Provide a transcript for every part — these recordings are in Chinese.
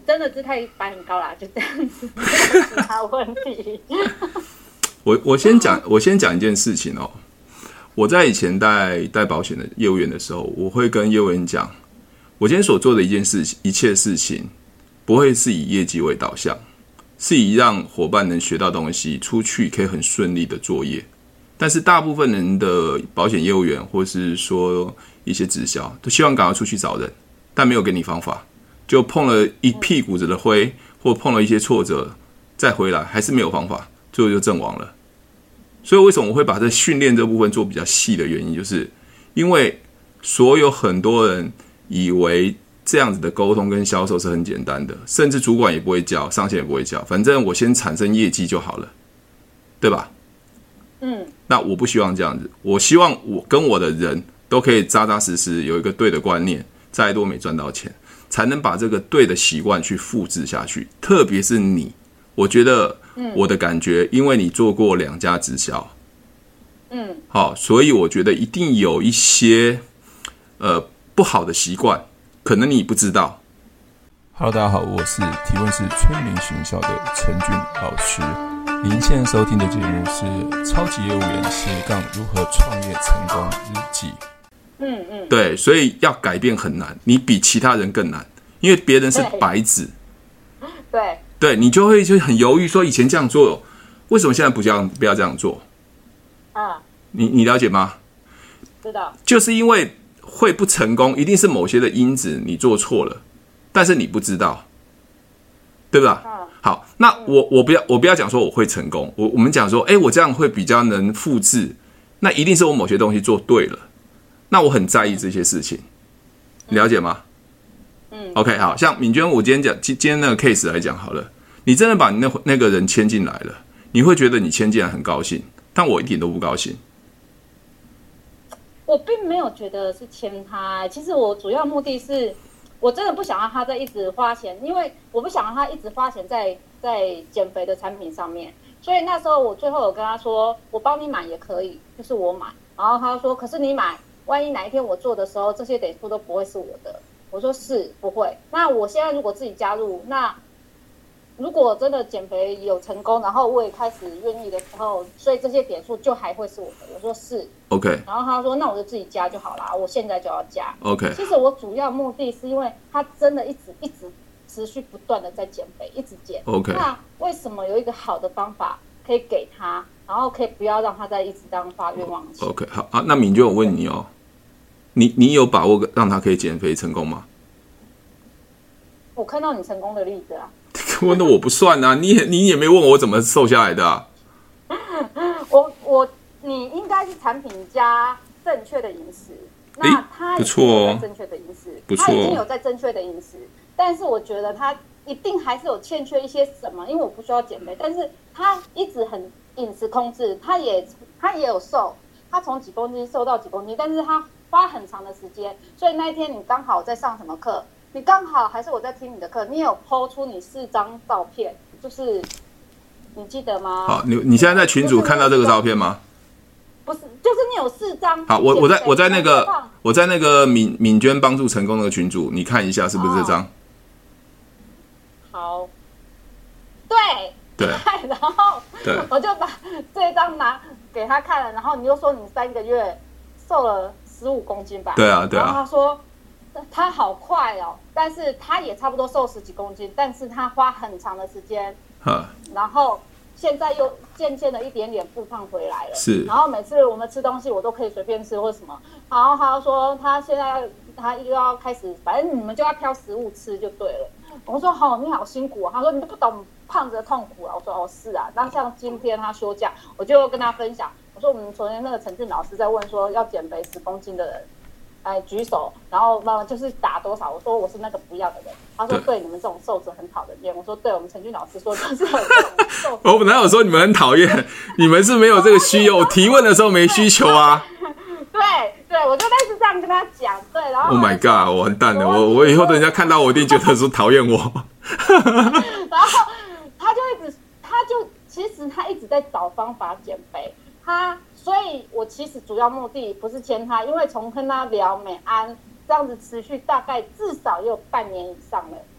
真的姿态摆很高啦，就这样子，没有其他问题。 我先讲一件事情哦。我在以前带保险的业务员的时候，我会跟业务员讲，我今天所做的一切事情，不会是以业绩为导向，是以让伙伴能学到东西，出去可以很顺利的作业。但是大部分人的保险业务员，或是说一些直销，都希望赶快出去找人，但没有给你方法，就碰了一屁股子的灰，或碰了一些挫折，再回来还是没有方法，最后就阵亡了。所以为什么我会把这训练这部分做比较细的原因，就是因为很多人以为这样子的沟通跟销售是很简单的，甚至主管也不会教，上线也不会教，反正我先产生业绩就好了，对吧？那我不希望这样子，我希望我跟我的人都可以扎扎实实有一个对的观念，再多没赚到钱，才能把这个对的习惯去复制下去。特别是你，我觉得我的感觉，因为你做过2家直销，好，所以我觉得一定有一些不好的习惯，可能你不知道。 Hello， 大家好，我是提问式催眠学校的陈俊老师。您现在收听的节目是《超级业务员如何创业成功日记》。 对，所以要改变很难，你比其他人更难，因为别人是白纸。对，你就会很犹豫，说以前这样做，为什么现在不要这样做？你了解吗？ 知道。就是因为会不成功，一定是某些的因子你做错了，但是你不知道，对吧？好，那我不要讲说我会成功，我们讲说，我这样会比较能复制，那一定是我某些东西做对了，那我很在意这些事情，你了解吗？OK， 好，像敏娟，我今天那个 case 来讲好了，你真的把你那个人牵进来了，你会觉得你牵进来很高兴，但我一点都不高兴。 我并没有觉得是牵他，其实我主要目的是，我真的不想让他再一直花钱，因为我不想让他一直花钱在减肥的产品上面，所以那时候我最后有跟他说，我帮你买也可以，就是我买，然后他说，可是你买，万一哪一天我做的时候，这些点数都不会是我的。我说是不会，那我现在如果自己加入，那如果真的减肥有成功，然后我也开始愿意的时候，所以这些点数就还会是我的。我说是 ，OK。 然后他说那我就自己加就好啦，我现在就要加 ，OK。 其实我主要目的是因为他真的一直持续不断的在减肥，一直减。 OK。 那为什么有一个好的方法可以给他，然后可以不要让他再一直当发愿望期 ？OK， 好啊，那敏娟，我问你哦。你有把握让他可以减肥成功吗？ 我看到你成功的例子啊。 问的我不算啊，你也没问我怎么瘦下来的啊。 你应该是产品加正确的饮食，那他已经有在正确的饮食， 不错， 他已经有在正确的饮食，但是我觉得他一定还是有欠缺一些什么，因为我不需要减肥，但是他一直很饮食控制，他也有瘦，他从几公斤瘦到几公斤，但是他花很长的时间，所以那一天你刚好在上什么课，你刚好还是我在听你的课，你有 po 出你4张照片，就是你记得吗？ 好，你现在在群组看到这个照片吗？ 不是，就是你有4张。 好，我在那个敏娟帮助成功那个群组，你看一下是不是这张？ 好，对，然后我就把这一张拿给他看了，然后你又说你3个月瘦了15公斤吧？ 对啊。 然后他说他好快哦，但是他也差不多瘦10几公斤，但是他花很长的时间，然后现在又渐渐的一点点复胖回来了。 是， 然后每次我们吃东西，我都可以随便吃或什么。然后他说他现在他又要开始，反正你们就要挑食物吃就对了。我说好，你好辛苦啊。他说你都不懂胖子的痛苦啊。我说哦是啊。那像今天他休假，我就跟他分享。我说我们昨天那个陈俊老师在问说要减肥10公斤的人。举手，然后就是打多少？我说我是那个不要的人。他说对，你们这种瘦子很讨人厌。我说对，我们陈俊老师说就是有这种瘦子。 我本来有说你们很讨厌，你们是没有这个需要，提问的时候没需求啊。 对，我就类似这样跟他讲。对，然后 Oh my god， 我完蛋了，我以后人家看到我一定觉得说讨厌我。 然后其实他一直在找方法减肥，所以我其实主要目的不是牵他，因为从跟他聊美安这样子持续大概至少也有半年以上了。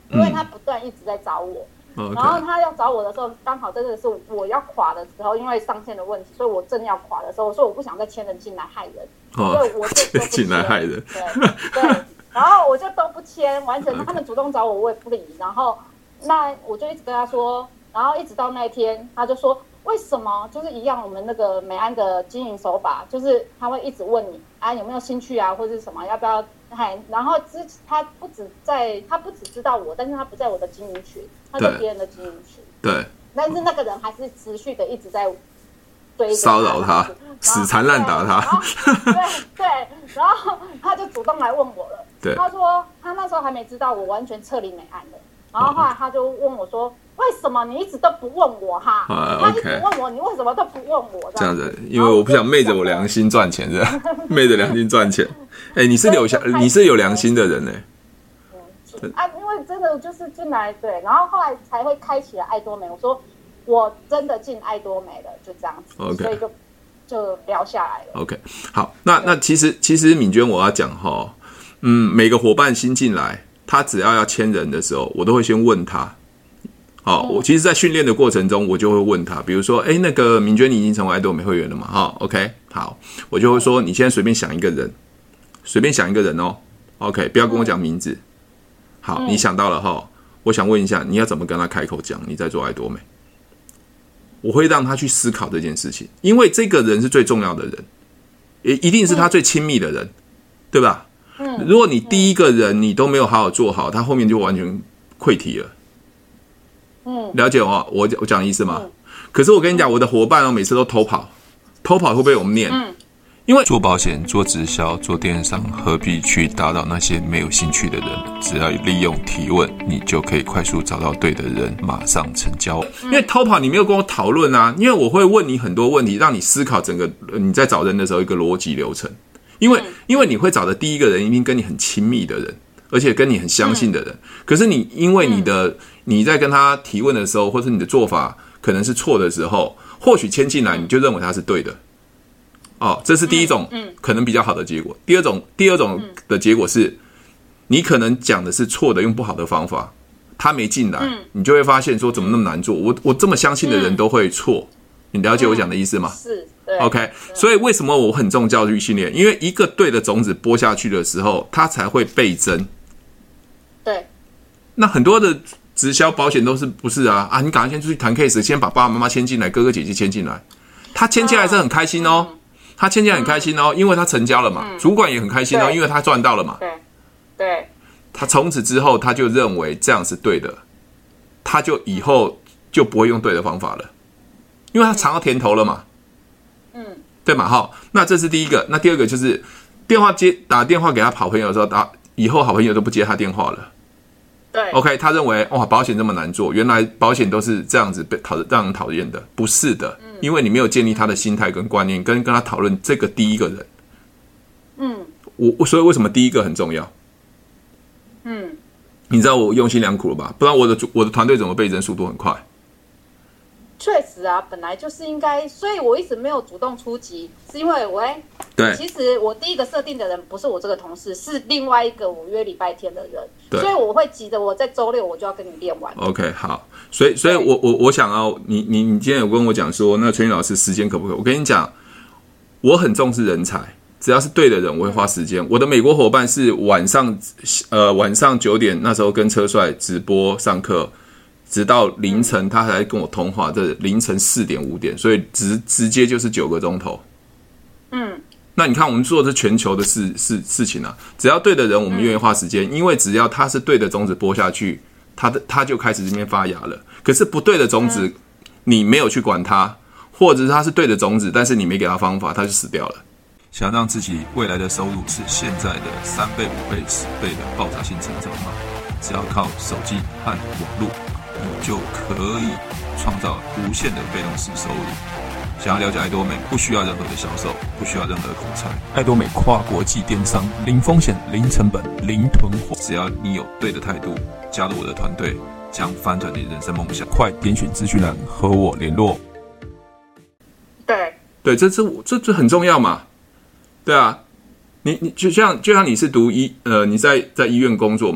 因为他不断一直在找我。然后他要找我的时候，刚好真的是我要垮的时候，因为上线的问题，所以我正要垮的时候，所以我不想再签人进来害人，所以我就进来害人。 对，然后我就都不签，完全他们主动找我，我也不理。然后那我就一直跟他说，然后一直到那一天，他就说为什么就是一样，我们那个美安的经营手法，就是他会一直问你啊有没有兴趣啊，或者是什么要不要。然后他不只知道我，但是他不在我的经营群，他在别人的经营群。 对。 但是那个人还是持续的一直在骚扰他，死缠烂打他。 对，然后他就主动来问我了。 对。 他说他那时候还没知道我完全撤离美安的，然后后来他就问我说：“为什么你一直都不问我哈？他一直问我，你为什么都不问我？”这样子， 因为我不想昧着我良心赚钱，是吧？昧着良心赚钱。你是有良心的人呢。 因为真的就是进来对，然后后来才会开启了爱多美。我说我真的进爱多美了，就这样子， okay. 所以就聊下来了。 OK， 好，那其实敏娟我要讲哈，每个伙伴新进来，他只要签人的时候，我都会先问他。我其实，在训练的过程中，我就会问他，比如说，那个敏娟，你已经成为爱多美会员了嘛？OK， 好，我就会说，你现在随便想一个人哦 ，OK， 不要跟我讲名字。好，你想到了我想问一下，你要怎么跟他开口讲你在做爱多美？我会让他去思考这件事情，因为这个人是最重要的人，一定是他最亲密的人，对吧？如果你第一个人你都没有好好做好，他后面就完全溃堤了。了解我讲的意思吗？可是我跟你讲，我的伙伴每次都偷跑会被我们念。因为做保险、做直销、做电商，何必去打扰那些没有兴趣的人？只要利用提问，你就可以快速找到对的人，马上成交。 因为偷跑你没有跟我讨论啊，因为我会问你很多问题，让你思考整个你在找人的时候一个逻辑流程。因为你会找的第一个人一定跟你很亲密的人，而且跟你很相信的人。可是因为你在跟他提问的时候，或是你的做法可能是错的时候，或许签进来你就认为他是对的。这是第一种可能比较好的结果。第二种的结果是，你可能讲的是错的，用不好的方法，他没进来，你就会发现说怎么那么难做？我这么相信的人都会错，你了解我讲的意思吗？ 是，对。 OK， 所以为什么我很重教育训练？因为一个对的种子播下去的时候，它才会倍增。 对。 那很多的直销保险都是不是啊？你赶快先出去谈 case， 先把爸爸妈妈牵进来，哥哥姐姐牵进来，他牵进来是很开心哦。他签进来很开心哦，因为他成交了嘛。主管也很开心哦，因为他赚到了嘛。 对。 他从此之后，他就认为这样是对的，他就以后就不会用对的方法了，因为他尝到甜头了嘛。对嘛？那这是第一个。那第二个就是打电话给他好朋友的时候，以后好朋友都不接他电话了。 对。 OK， 他认为保险这么难做，原来保险都是这样子让人讨厌的，不是的。因为你没有建立他的心态跟观念，跟他讨论这个第一个人。所以为什么第一个很重要？你知道我用心良苦了吧？不然我的团队怎么倍增速度很快？ 确实啊，本来就是应该，所以我一直没有主动出击，是因为对， 其实我第一个设定的人不是我这个同事，是另外一个我约礼拜天的人，所以我会急着我在周六我就要跟你练完。 OK， 好，所以我想你今天有跟我讲说，那陈宇老师时间可不可以？我跟你讲，我很重视人才，只要是对的人，我会花时间。我的美国伙伴是晚上9点那时候跟车帅直播上课。直到凌晨，他还跟我通话，这凌晨4点5点，所以直接就是9个钟头。那你看，我们做的是全球的事情啊，只要对的人，我们愿意花时间，因为只要他是对的种子播下去，他就开始这边发芽了。可是不对的种子，你没有去管它，或者是他是对的种子，但是你没给他方法，他就死掉了。 想让自己未来的收入是现在的3倍、5倍、10倍的爆炸性成长吗？只要靠手机和网络，你就可以创造无限的被动式收入。想要了解爱多美，不需要任何的销售，不需要任何的口才。爱多美跨国际电商，零风险、零成本、零囤货。只要你有对的态度，加入我的团队，将翻转你人生梦想。快点选资讯栏和我联络。 对， 这很重要嘛。对啊，你就像你是读你在医院工作嘛，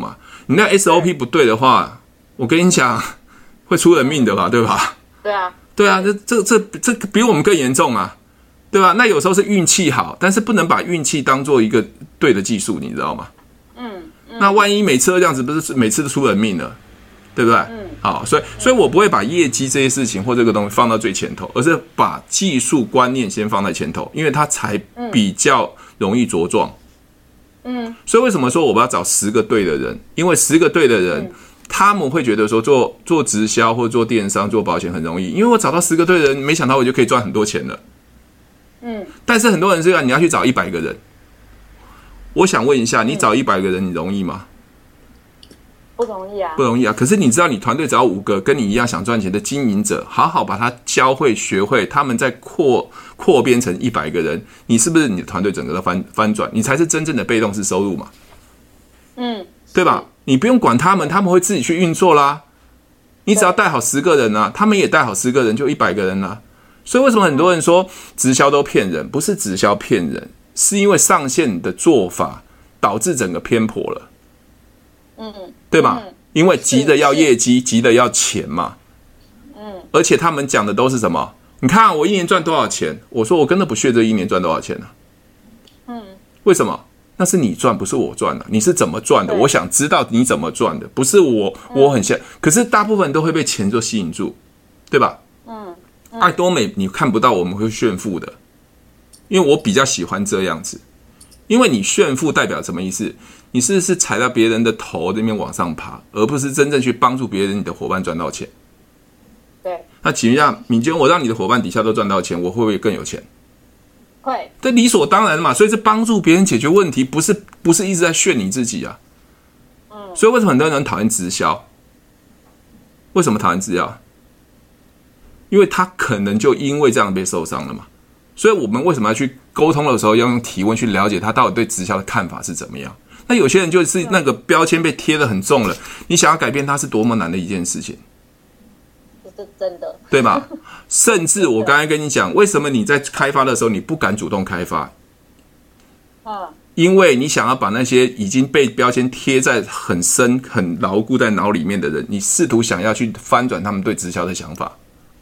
你那 SOP 不对的话，我跟你讲，会出人命的吧，对吧？ 对啊， 对啊，这比我们更严重啊，对吧？那有时候是运气好，但是不能把运气当做一个对的技术，你知道吗？那万一每次都这样子，不是每次都出人命了，对不对？好，所以我不会把业绩这些事情或这个东西放到最前头，而是把技术观念先放在前头，因为它才比较容易茁壮。所以为什么说我们要找10个对的人？因为10个对的人，他们会觉得说做直销或做电商、做保险很容易，因为我找到10个对的人，没想到我就可以赚很多钱了。但是很多人是你要去找100个人。我想问一下，你找100个人，你容易吗？ 不容易啊， 不容易啊。可是你知道，你团队只要5个跟你一样想赚钱的经营者，好好把他教会、学会，他们再扩编成100个人，你是不是你的团队整个都翻转？你才是真正的被动式收入嘛？对吧？你不用管他们，他们会自己去运作啦。你只要带好10个人啊，他们也带好10个人，就100个人啦。所以为什么很多人说直销都骗人？不是直销骗人，是因为上线的做法导致整个偏颇了。对吧？因为急的要业绩，急的要钱嘛。而且他们讲的都是什么？你看我1年赚多少钱？我说我真的不屑这1年赚多少钱呢？为什么？那是你赚，不是我赚的。你是怎么赚的？我想知道你怎么赚的，不是我很像。可是大部分都会被钱所吸引住，对吧？爱多美你看不到我们会炫富的，因为我比较喜欢这样子。因为你炫富代表什么意思？你是踩到别人的头那边往上爬，而不是真正去帮助别人，你的伙伴赚到钱。 对。 那请问一下，敏娟，我让你的伙伴底下都赚到钱，我会不会更有钱？ 会。 这理所当然嘛。所以是帮助别人解决问题，不是一直在炫你自己啊。所以为什么很多人讨厌直销？为什么讨厌直销？因为他可能就因为这样被受伤了嘛。所以我们为什么要去沟通的时候要用提问去了解他到底对直销的看法是怎么样？那有些人就是那个标签被贴得很重了，你想要改变他是多么难的一件事情， 这是真的， 对吧？甚至我刚才跟你讲，为什么你在开发的时候你不敢主动开发？因为你想要把那些已经被标签贴在很深、很牢固在脑里面的人，你试图想要去翻转他们对直销的想法。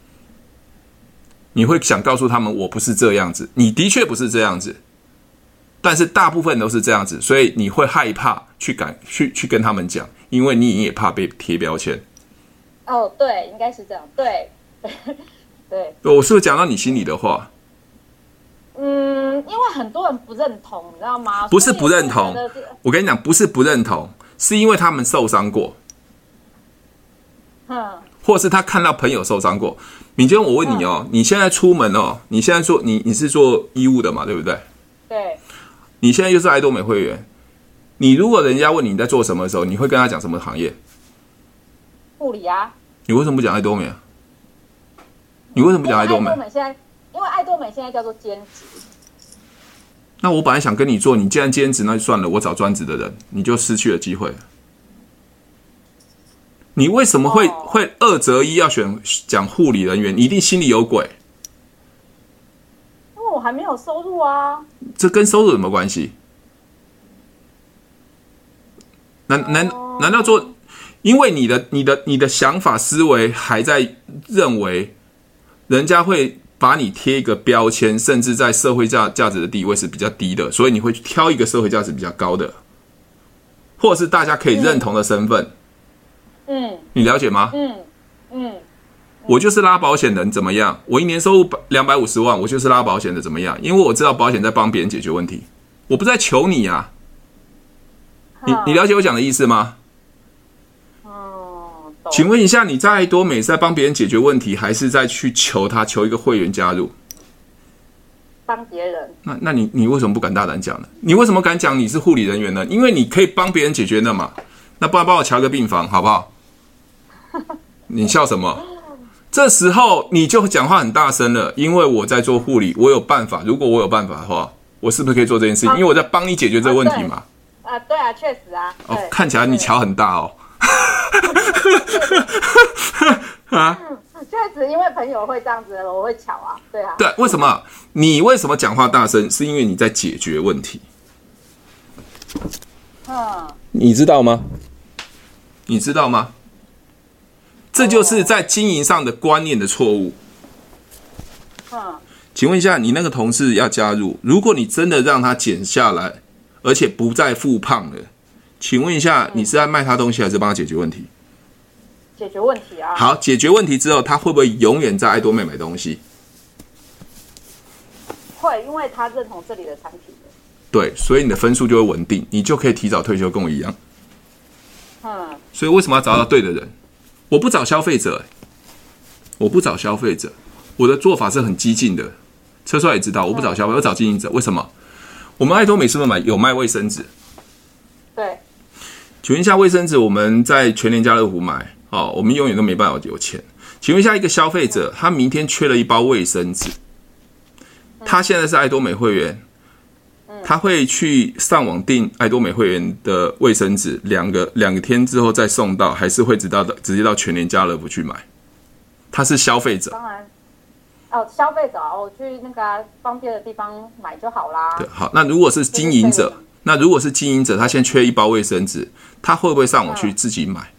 你会想告诉他们我不是这样子，你的确不是这样子，但是大部分都是这样子，所以你会害怕去跟他们讲，因为你也怕被贴标签。 对，应该是这样，对对。 我是不是讲到你心里的话？ 因为很多人不认同，你知道吗？ 不是不认同，我跟你讲，不是不认同，是因为他们受伤过，或是他看到朋友受伤过。敏娟，我问你哦，你现在出门哦，你现在你是做医务的嘛，对不对？ 对。 你现在又是爱多美会员，你如果人家问你在做什么的时候，你会跟他讲什么行业？ 护理啊。 你为什么不讲爱多美啊？你为什么不讲爱多美？ 因为爱多美现在叫做兼职。 那我本来想跟你做，你既然兼职，那就算了，我找专职的人，你就失去了机会。你为什么会2择1要讲护理人员？你一定心里有鬼。 因为我还没有收入啊。 这跟收入有什么关系？难道做？因为你的想法思维还在认为人家会把你贴一个标签，甚至在社会价值的地位是比较低的，所以你会挑一个社会价值比较高的，或者是大家可以认同的身份。你了解吗？我就是拉保险的人，怎么样？我1年收入250万，我就是拉保险的，怎么样？因为我知道保险在帮别人解决问题，我不在求你啊。你了解我讲的意思吗？请问一下，你在爱多美是在帮别人解决问题，还是在去求一个会员加入？ 帮别人。 那你为什么不敢大胆讲呢？你为什么敢讲你是护理人员呢？因为你可以帮别人解决的嘛。那不然帮我瞧个病房好不好？你笑什么？这时候你就讲话很大声了，因为我在做护理，我有办法。如果我有办法的话，我是不是可以做这件事情？因为我在帮你解决这个问题嘛。 对啊，确实啊。 看起来你桥很大哦。 确实，因为朋友会这样子，我会瞧啊。对啊。 对，为什么？你为什么讲话大声？是因为你在解决问题。你知道吗？ 你知道吗？这就是在经营上的观念的错误。请问一下，你那个同事要加入，如果你真的让他减下来，而且不再复胖了，请问一下，你是在卖他东西，还是帮他解决问题？ 解决问题啊。 好，解决问题之后，他会不会永远在爱多美买东西？ 会，因为他认同这里的产品。 对，所以你的分数就会稳定，你就可以提早退休，跟我一样。所以为什么要找到对的人？我不找消费者，我不找消费者，我的做法是很激进的。车帅也知道，我不找消费者，我找经营者。为什么？我们爱多美是不是有卖卫生纸？ 对。 请问一下，卫生纸我们在全联家乐福买，我们永远都没办法有钱。请问一下，一个消费者，他明天缺了一包卫生纸，他现在是爱多美会员，他会去上网订爱多美会员的卫生纸，两个天之后再送到，还是会直接到全联家乐福去买？他是消费者。 当然。消费者我去那个方便的地方买就好啦。 对，好，那如果是经营者，他现在缺一包卫生纸，他会不会上网去自己买？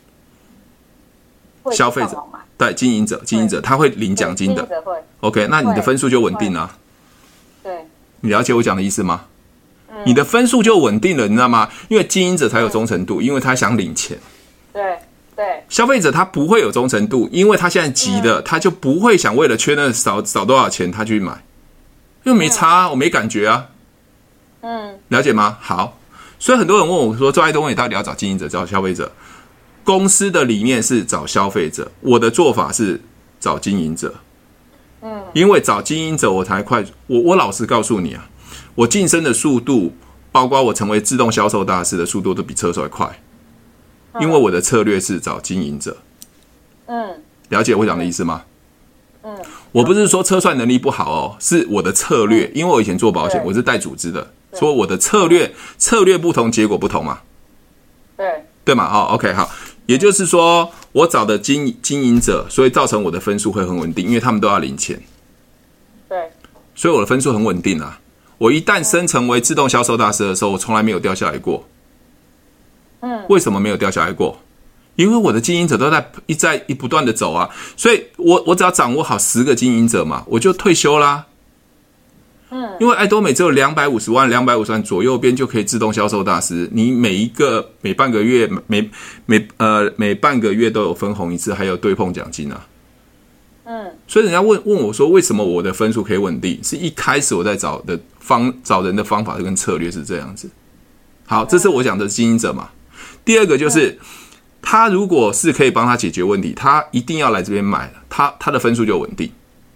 消费者对，经营者他会领奖金的。 会 OK， 那你的分数就稳定了。 对， 你了解我讲的意思吗？你的分数就稳定了，你知道吗？因为经营者才有忠诚度，因为他想领钱。 对。 消费者他不会有忠诚度，因为他现在急的，他就不会想为了缺那少多少钱他去买，因为没差我没感觉啊。了解吗？好，所以很多人问我说，做爱多美到底要找经营者找消费者？公司的理念是找消费者，我的做法是找经营者。因为找经营者我才快。我老实告诉你啊，我晋升的速度，包括我成为自动销售大师的速度，都比车手还快。因为我的策略是找经营者。了解我讲的意思吗？我不是说车帅能力不好哦，是我的策略。因为我以前做保险，我是带组织的，所以我的策略不同，结果不同嘛。对嘛？OK， 好，也就是说，我找的经营者，所以造成我的分数会很稳定，因为他们都要领钱。 对， 所以我的分数很稳定啊。我一旦升成为自动销售大师的时候，我从来没有掉下来过。为什么没有掉下来过？因为我的经营者都在不断的走啊，所以我只要掌握好10个经营者嘛，我就退休啦。因为爱多美只有250万左右边就可以自动销售大师，你每半个月每半个月都有分红一次，还有对碰奖金啊。所以人家问我说，为什么我的分数可以稳定？是一开始我在找人的方法跟策略是这样子。好，这是我讲的经营者嘛。第二个就是，他如果是可以帮他解决问题，他一定要来这边买，他的分数就稳定。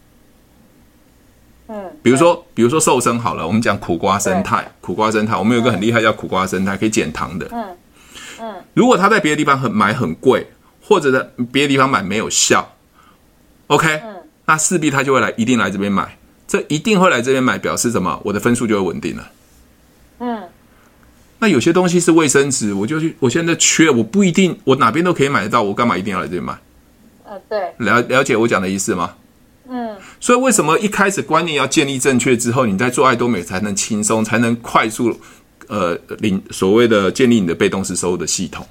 比如说瘦身好了，我们讲苦瓜生态，我们有一个很厉害叫苦瓜生态，可以减糖的。如果他在别的地方买很贵，或者在别的地方买没有效 ，OK，那势必他就会一定来这边买。这一定会来这边买，表示什么？我的分数就会稳定了。那有些东西是卫生纸，我现在缺，我不一定我哪边都可以买得到，我干嘛一定要来这边买？ 对， 了解我讲的意思吗？所以为什么一开始观念要建立正确之后，你在做爱多美才能轻松，才能快速所谓的建立你的被动式收入的系统？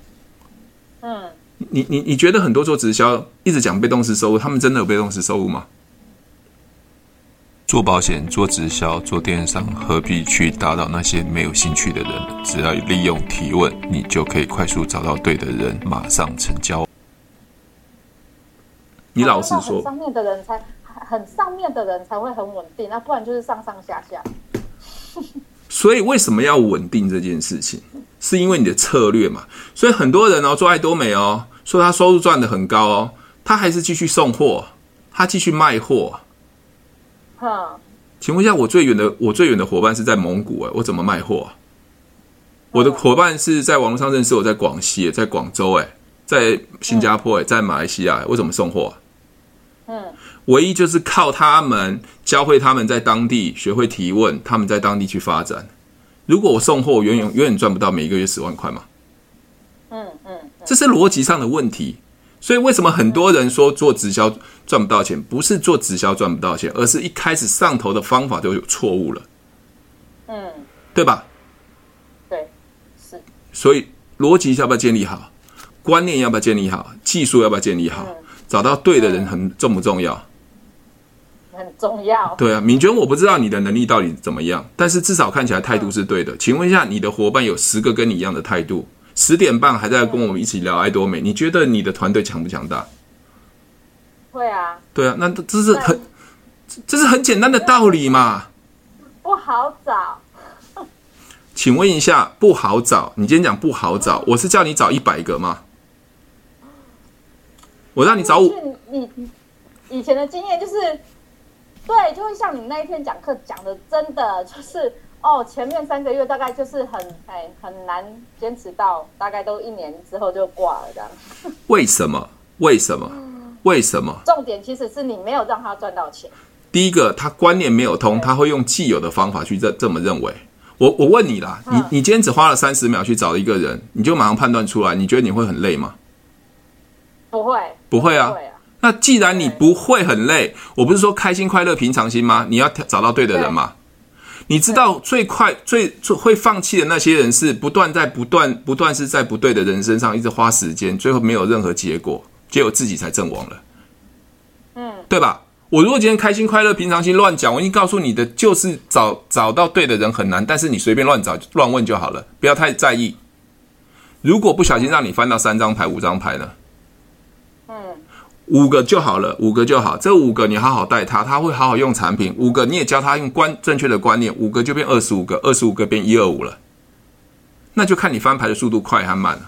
你觉得很多做直销一直讲被动式收入，他们真的有被动式收入吗？ 做保险、做直销、做电商，何必去打扰那些没有兴趣的人？只要利用提问，你就可以快速找到对的人，马上成交。 你老实说， 很上面的人才会很稳定，那不然就是上上下下。 所以为什么要稳定这件事情？是因为你的策略嘛。所以很多人做爱多美说他收入赚得很高他还是继续送货，他继续卖货。请问一下，我最远的伙伴是在蒙古我怎么卖货我的伙伴是在网络上认识我，在广西，在广州在新加坡在马来西亚我怎么送货唯一就是靠他们教会他们在当地学会提问，他们在当地去发展。如果我送货，我永远赚不到每一个月10万块嘛。这是逻辑上的问题。所以为什么很多人说做直销赚不到钱？不是做直销赚不到钱，而是一开始上头的方法就有错误了。对吧？ 对，是。 所以逻辑要不要建立好？ 观念要不要建立好，技术要不要建立好，找到对的人很重不重要？ 很重要。 对啊，敏娟，我不知道你的能力到底怎么样，但是至少看起来态度是对的。请问一下，你的伙伴有10个跟你一样的态度，10点半还在跟我们一起聊爱多美，你觉得你的团队强不强大？ 会啊。 对啊，那这是很简单的道理嘛。 不好找。 请问一下，不好找？你今天讲不好找，我是叫你找100个吗？我让你找你以前的经验就是，对，就会像你那一天讲课讲的，真的就是前面3个月大概就是很难坚持到，大概都1年之后就挂了这样。 为什么？为什么？为什么？ 重点其实是你没有让他赚到钱。 第一个，他观念没有通，他会用既有的方法去这么认为。我问你啦，你今天只花了30秒去找一个人，你就马上判断出来，你觉得你会很累吗？ 不会， 不会啊。那既然你不会很累，我不是说开心快乐平常心吗？你要找到对的人嘛。你知道最会放弃的那些人是不断是在不对的人身上一直花时间，最后没有任何结果，结果自己才阵亡了。对吧？我如果今天开心快乐平常心乱讲，我已经告诉你的就是找到对的人很难，但是你随便乱找乱问就好了，不要太在意。如果不小心让你翻到3张牌5张牌呢？5个就好了，5个就好。这5个你好好带他，他会好好用产品。5个你也教他用正确的观念，5个就变25个，25个变125了。那就看你翻牌的速度快还慢了。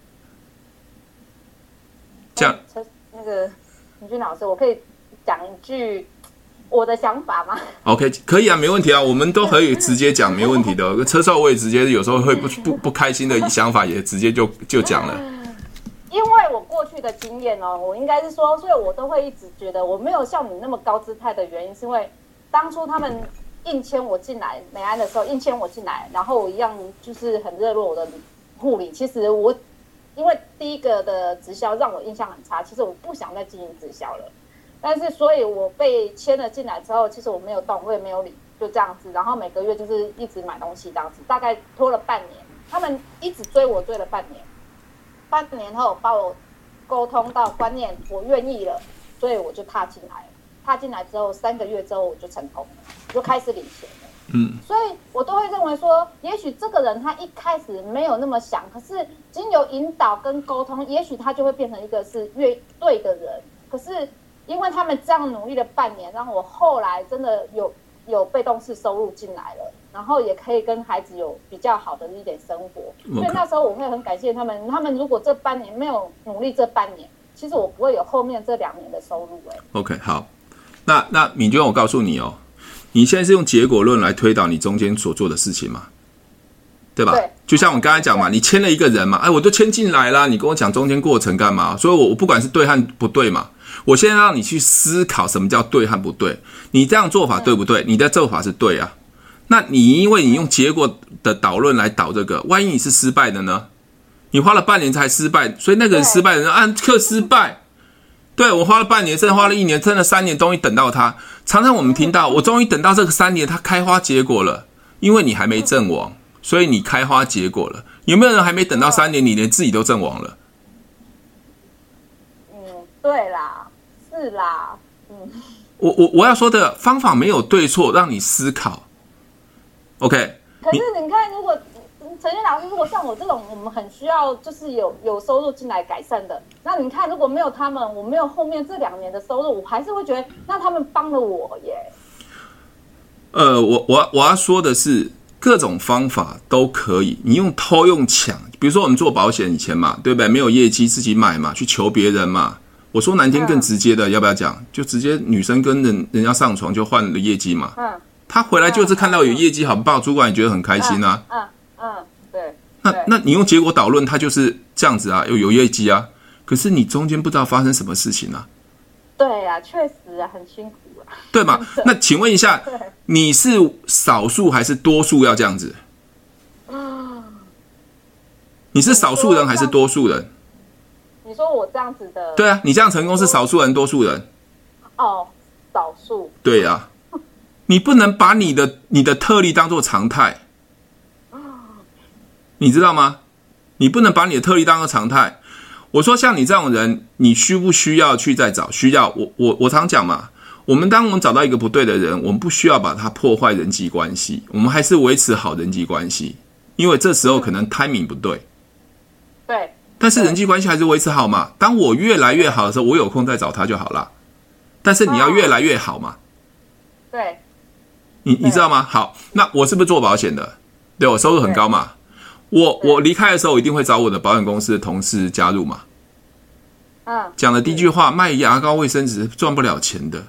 这样， 那个明君老师，我可以讲一句我的想法吗 ？OK， 可以啊，没问题啊，我们都可以直接讲，没问题的。车少我也直接有时候会不开心的想法也直接就讲了。 因为我过去的经验我应该是说，所以我都会一直觉得我没有像你那么高姿态的原因，是因为当初他们硬签我进来美安的时候，硬签我进来，然后我一样就是很热络我的护理。其实我因为第一个的直销让我印象很差，其实我不想再经营直销了。但是所以我被签了进来之后，其实我没有动，我也没有理，就这样子。然后每个月就是一直买东西这样子，大概拖了半年，他们一直追我追了半年。半年后把我沟通到观念，我愿意了，所以我就踏进来了。踏进来之后3个月之后我就成功了，就开始领钱了。所以我都会认为说，也许这个人他一开始没有那么想，可是经由引导跟沟通，也许他就会变成一个是越对的人。可是因为他们这样努力了半年，让我后来真的有被动式收入进来了，然后也可以跟孩子有比较好的一点生活。所以那时候我会很感谢他们。他们如果这半年没有努力，这半年其实我不会有后面这2年的收入。 OK， 好，那敏娟，我告诉你你现在是用结果论来推导你中间所做的事情嘛？对吧？对，就像我刚才讲嘛，你签了一个人嘛，我都签进来啦，你跟我讲中间过程干嘛？所以我不管是对和不对嘛。我现在让你去思考什么叫对和不对，你这样做法对不对？你的做法是对啊，那你因为你用结果的导论来导这个，万一你是失败的呢？你花了半年才失败，所以那个人失败的人按课失败。对，我花了半年，甚至花了1年，真的3年，终于等到他。常常我们听到，我终于等到这个3年，他开花结果了，因为你还没阵亡，所以你开花结果了。有没有人还没等到3年，你连自己都阵亡了？ 对啦，是啦， 我要说的方法没有对错，让你思考。OK。 可是你看，如果陈轩老师，如果像我这种，我们很需要就是有收入进来改善的，那你看如果没有他们，我没有后面这2年的收入，我还是会觉得那他们帮了我耶。 我要说的是，各种方法都可以，你用偷用抢，比如说我们做保险以前嘛，对不对？没有业绩自己买嘛，去求别人嘛。我说难听更直接的，要不要讲？就直接女生跟人家上床就换了业绩嘛。他回来就是看到有业绩，好不好？主管也觉得很开心啊。 对。 那你用结果导论，他就是这样子啊，有业绩啊。可是你中间不知道发生什么事情啊。 对啊，确实啊，很辛苦啊。 对嘛？那请问一下，你是少数还是多数要这样子？你是少数人还是多数人？ 你说我这样子的， 对啊，你这样成功是少数人多数人？ 少数。 对啊，你不能把你的特例当作常态，你知道吗？你不能把你的特例当作常态。 我说像你这种人，你需不需要去再找？需要。我常讲嘛，当我们找到一个不对的人，我们不需要把他破坏人际关系，我们还是维持好人际关系，因为这时候可能 timing 不对。 对。 但是人际关系还是维持好嘛。当我越来越好的时候，我有空再找他就好了。但是你要越来越好嘛。 对。 你知道吗？好，那我是不是做保险的？对，我收入很高嘛。我离开的时候，我一定会找我的保险公司的同事加入嘛。讲的第一句话，卖牙膏、卫生纸赚不了钱的。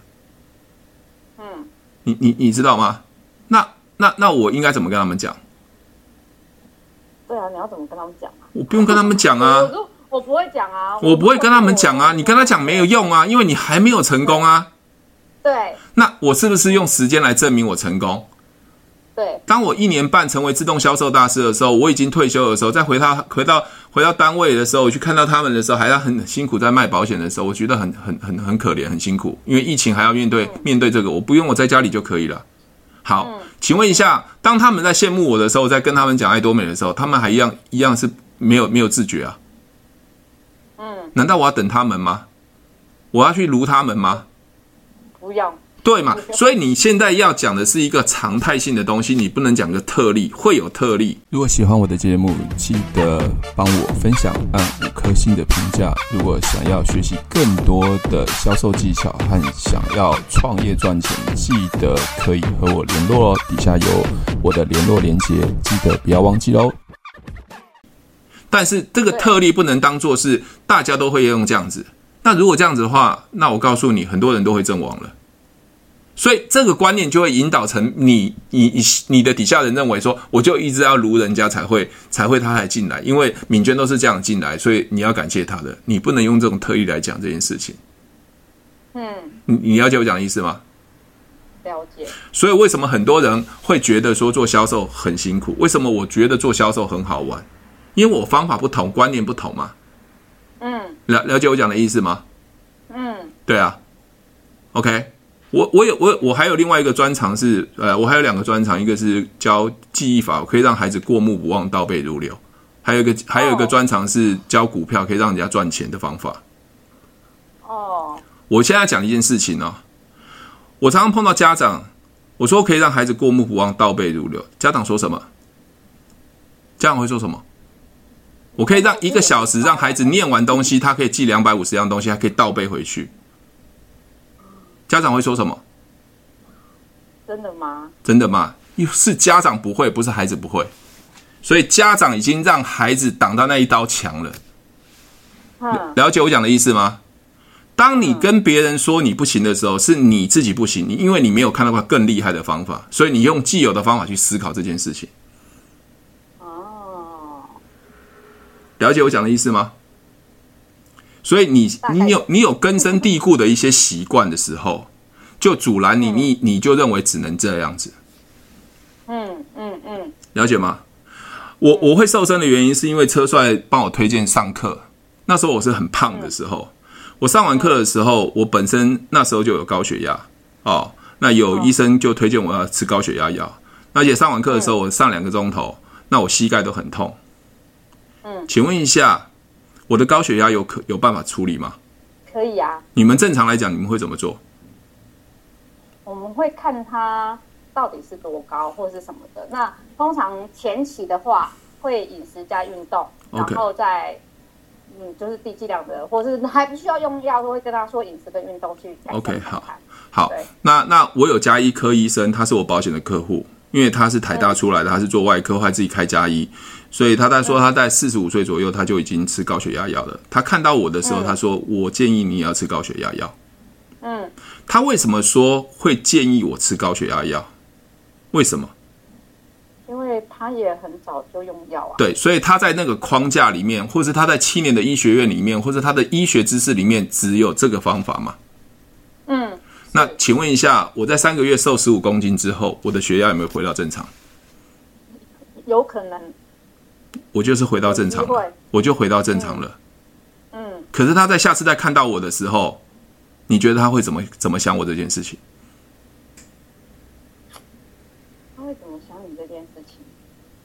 你知道吗？那我应该怎么跟他们讲？ 对啊，你要怎么跟他们讲啊？ 我不用跟他们讲啊。 我不会讲啊。 我不会跟他们讲啊。你跟他讲没有用啊，因为你还没有成功啊。 对。那我是不是用时间来证明我成功？ 对。 当我1年半成为自动销售大师的时候，我已经退休的时候，再回到单位的时候，我去看到他们的时候，还要很辛苦在卖保险的时候，我觉得很可怜，很辛苦，因为疫情还要面对这个，我不用我在家里就可以了。好，请问一下，当他们在羡慕我的时候，在跟他们讲爱多美的时候，他们还一样是没有自觉啊？难道我要等他们吗？我要去撸他们吗？ 不要。 对嘛？所以你现在要讲的是一个常态性的东西，你不能讲个特例，会有特例。 如果喜欢我的节目，记得帮我分享，按5颗星的评价。如果想要学习更多的销售技巧和想要创业赚钱，记得可以和我联络哦。底下有我的联络连结，记得不要忘记喽。 但是这个特例不能当作是大家都会用这样子。那如果这样子的话，那我告诉你，很多人都会阵亡了。所以这个观念就会引导成你的底下人认为说，我就一直要撸人家才会他才进来，因为敏娟都是这样进来，所以你要感谢他的，你不能用这种特例来讲这件事情。你了解我讲的意思吗？ 了解。 所以为什么很多人会觉得说做销售很辛苦？为什么我觉得做销售很好玩？因为我方法不同，观念不同嘛。了解我讲的意思吗？对啊。OK。我还有另外一个专长是，我还有2个专长，一个是教记忆法，可以让孩子过目不忘、倒背如流；还有一个专长是教股票，可以让人家赚钱的方法。我现在讲一件事情哦，我常常碰到家长，我说可以让孩子过目不忘、倒背如流，家长说什么？家长会说什么？我可以让1个小时让孩子念完东西，他可以记250样东西，他可以倒背回去。家长会说什么？ 真的吗？ 真的吗？是家长不会，不是孩子不会。所以家长已经让孩子挡到那一刀墙了。了解我讲的意思吗？当你跟别人说你不行的时候，是你自己不行，因为你没有看到过更厉害的方法，所以你用既有的方法去思考这件事情。了解我讲的意思吗？所以你有根深蒂固的一些习惯的时候，就阻拦你就认为只能这样子。了解吗？我会瘦身的原因是因为车帅帮我推荐上课。那时候我是很胖的时候，我上完课的时候，我本身那时候就有高血压哦。那有医生就推荐我要吃高血压药，而且上完课的时候，我上2个钟头，那我膝盖都很痛。请问一下，我的高血压有办法处理吗？ 可以啊。 你们正常来讲，你们会怎么做？ 我们会看它到底是多高或是什么的。那通常前期的话，会饮食加运动，然后再就是低剂量的，或是还不需要用药，都会跟他说饮食跟运动去改善。 OK， 好。那我有家医科医生，他是我保险的客户，因为他是台大出来的，他是做外科，还自己开家医。所以他在说他在45岁左右他就已经吃高血压药了。他看到我的时候，他说我建议你也要吃高血压药。他为什么说会建议我吃高血压药？为什么？ 因为他也很早就用药啊。 对，所以他在那个框架里面，或是他在7年的医学院里面，或者他的医学知识里面，只有这个方法嘛？那请问一下，我在3个月瘦15公斤之后，我的血压有没有回到正常？ 有可能。 我就是回到正常了，我就回到正常了。可是他在下次再看到我的时候，你觉得他会怎么想我这件事情？ 他会怎么想你这件事情？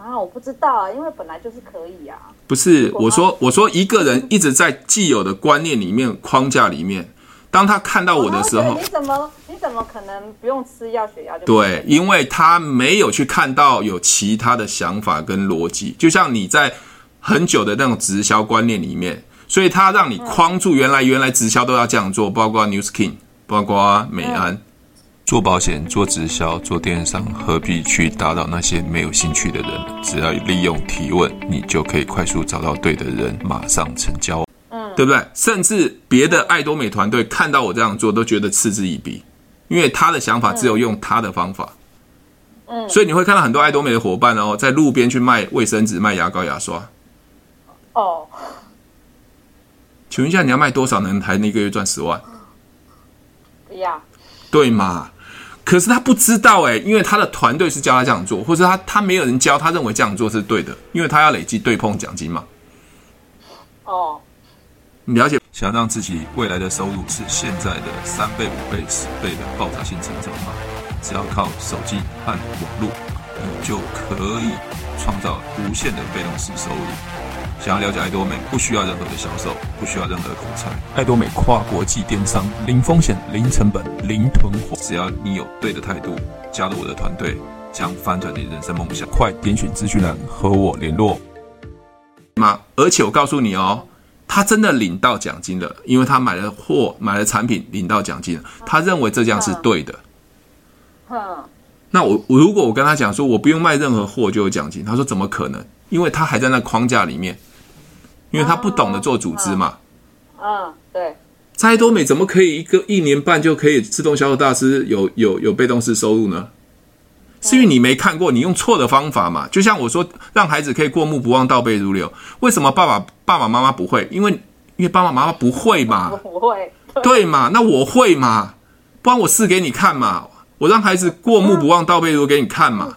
我不知道啊，因为本来就是可以啊。 不是，我说一个人一直在既有的观念里面、框架里面，当他看到我的时候， 你怎么可能不用吃药血压就？ 对，因为他没有去看到有其他的想法跟逻辑，就像你在很久的那种直销观念里面，所以他让你框住原来直销都要这样做，包括 New Skin， 包括美安。 做保险、做直销、做电商，何必去打扰那些没有兴趣的人？只要利用提问，你就可以快速找到对的人，马上成交。 对不对？甚至别的爱多美团队看到我这样做，都觉得嗤之以鼻，因为他的想法只有用他的方法。所以你会看到很多爱多美的伙伴哦，在路边去卖卫生纸、卖牙膏、牙刷。 哦， 请问一下，你要卖多少能才一个月赚10万？ 不要。 对嘛？可是他不知道因为他的团队是教他这样做，或者他没有人教，他认为这样做是对的，因为他要累积对碰奖金嘛。 哦， 你了解？ 想要让自己未来的收入是现在的3倍、5倍、10倍的爆炸性成长吗？只要靠手机和网络，你就可以创造无限的被动式收入。想要了解爱多美，不需要任何的销售，不需要任何的口才。爱多美跨国际电商，零风险、零成本、零囤货。只要你有对的态度，加入我的团队，将翻转你人生梦想。快点选资讯栏和我联络。 而且我告诉你哦，他真的领到奖金了，因为他买了货、买了产品，领到奖金了。他认为这样是对的。那我如果我跟他讲说，我不用卖任何货就有奖金，他说怎么可能？因为他还在那框架里面。因为他不懂得做组织嘛， 对。 在爱多美怎么可以1年半就可以自动销售大师有被动式收入呢？是因为你没看过，你用错的方法嘛。就像我说，让孩子可以过目不忘，倒背如流。为什么爸爸妈妈不会？因为爸爸妈妈不会嘛， 不会， 对嘛？那我会嘛？不然我试给你看嘛，我让孩子过目不忘，倒背如流给你看嘛。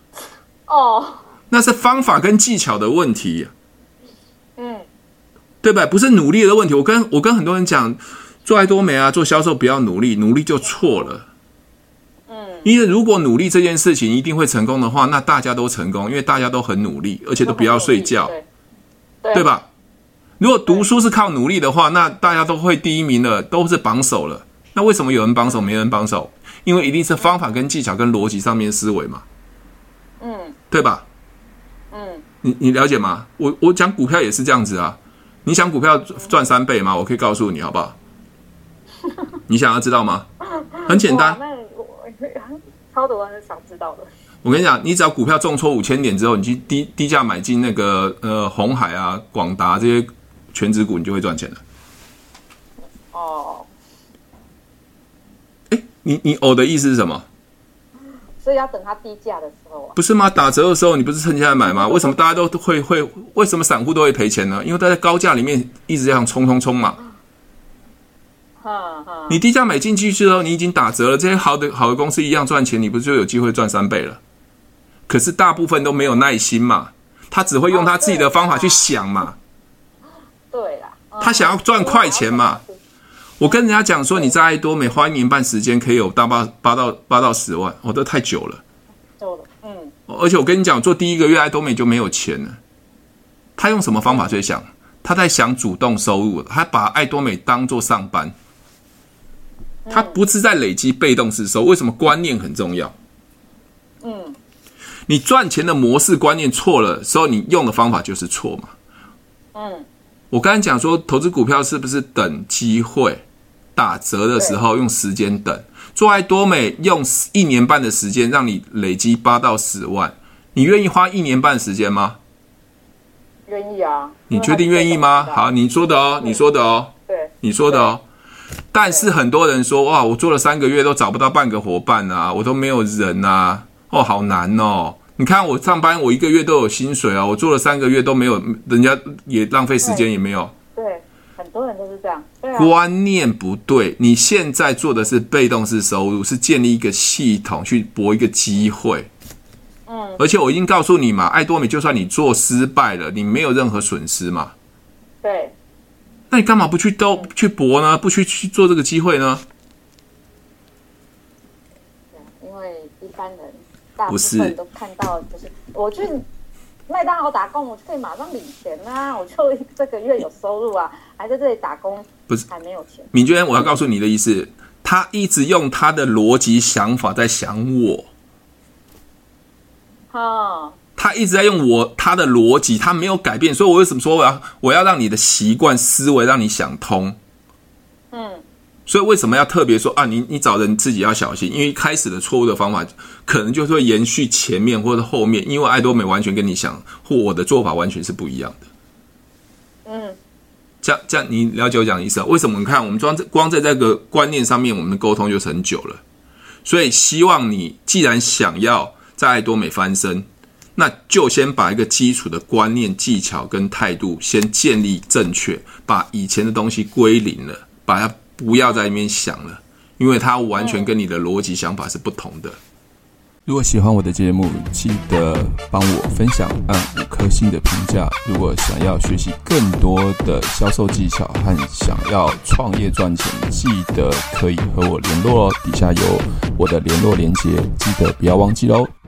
那是方法跟技巧的问题。对吧？不是努力的问题。我跟很多人讲，做爱多美啊，做销售不要努力，努力就错了。因为如果努力这件事情一定会成功的话，那大家都成功，因为大家都很努力，而且都不要睡觉，对吧？如果读书是靠努力的话，那大家都会第1名了，都是榜首了。那为什么有人榜首，没人榜首？因为一定是方法跟技巧跟逻辑上面思维嘛，对吧？你了解吗？我讲股票也是这样子啊。你想股票赚3倍吗？我可以告诉你，好不好？你想要知道吗？很简单。 超多人想知道的。 我跟你讲，你只要股票重挫5000点之后，你去低价买进那个鸿海啊、广达这些全指股，你就会赚钱了。你的意思是什么？ 所以要等它低价的时候啊？ 不是吗？打折的时候你不是趁现在买吗？为什么大家都会？为什么散户都会赔钱呢？因为他在高价里面一直这样冲嘛。你低价买进去之后，你已经打折了，这些好的公司一样赚钱，你不是就有机会赚3倍了？可是大部分都没有耐心嘛，他只会用他自己的方法去想嘛。 对啦， 他想要赚快钱嘛。我跟人家讲说，你在爱多美花1年半时间可以有8到10万，这太久了。而且我跟你讲，做第1个月爱多美就没有钱了。他用什么方法去想？他在想主动收入，他把爱多美当作上班，他不是在累积被动式收入。为什么？观念很重要。你赚钱的模式观念错了时候，你用的方法就是错嘛。我刚才讲说，投资股票是不是等机会？打折的时候用时间等。做爱多美用1年半的时间让你累积8到10万，你愿意花1年半时间吗？ 愿意啊。 你确定愿意吗？好，你说的哦。 对， 你说的哦。但是很多人说，哇，我做了3个月都找不到半个伙伴啊，我都没有人啊，好难哦。你看我上班，我1个月都有薪水啊，我做了3个月都没有，人家也浪费时间也没有。 对，很多人都是这样。对啊， 观念不对，你现在做的是被动式收入，是建立一个系统去搏一个机会。而且我已经告诉你嘛，爱多美就算你做失败了，你没有任何损失嘛。 对。 那你干嘛不去搏呢？不去做这个机会呢？ 因为一般人大部分都看到，就是我觉得麦当劳打工，我就可以马上领钱啊，我就这个月有收入啊，还在这里打工， 不是还没有钱。 敏娟，我要告诉你的意思，他一直用他的逻辑想法在想我。他一直在用他的逻辑，他没有改变，所以我为什么说我要让你的习惯思维让你想通？所以为什么要特别说啊？你找人自己要小心，因为一开始的错误的方法可能就是会延续前面或者后面，因为爱多美完全跟你想或我的做法完全是不一样的。这样你了解我讲的意思啊？为什么？你看我们光在这个观念上面，我们的沟通就很久了。所以希望你既然想要在爱多美翻身，那就先把一个基础的观念、技巧跟态度先建立正确，把以前的东西归零了，把它不要在那边想了，因为它完全跟你的逻辑想法是不同的。 如果喜欢我的节目，记得帮我分享，按5颗星的评价。如果想要学习更多的销售技巧和想要创业赚钱，记得可以和我联络哦。底下有我的联络连结，记得不要忘记喽。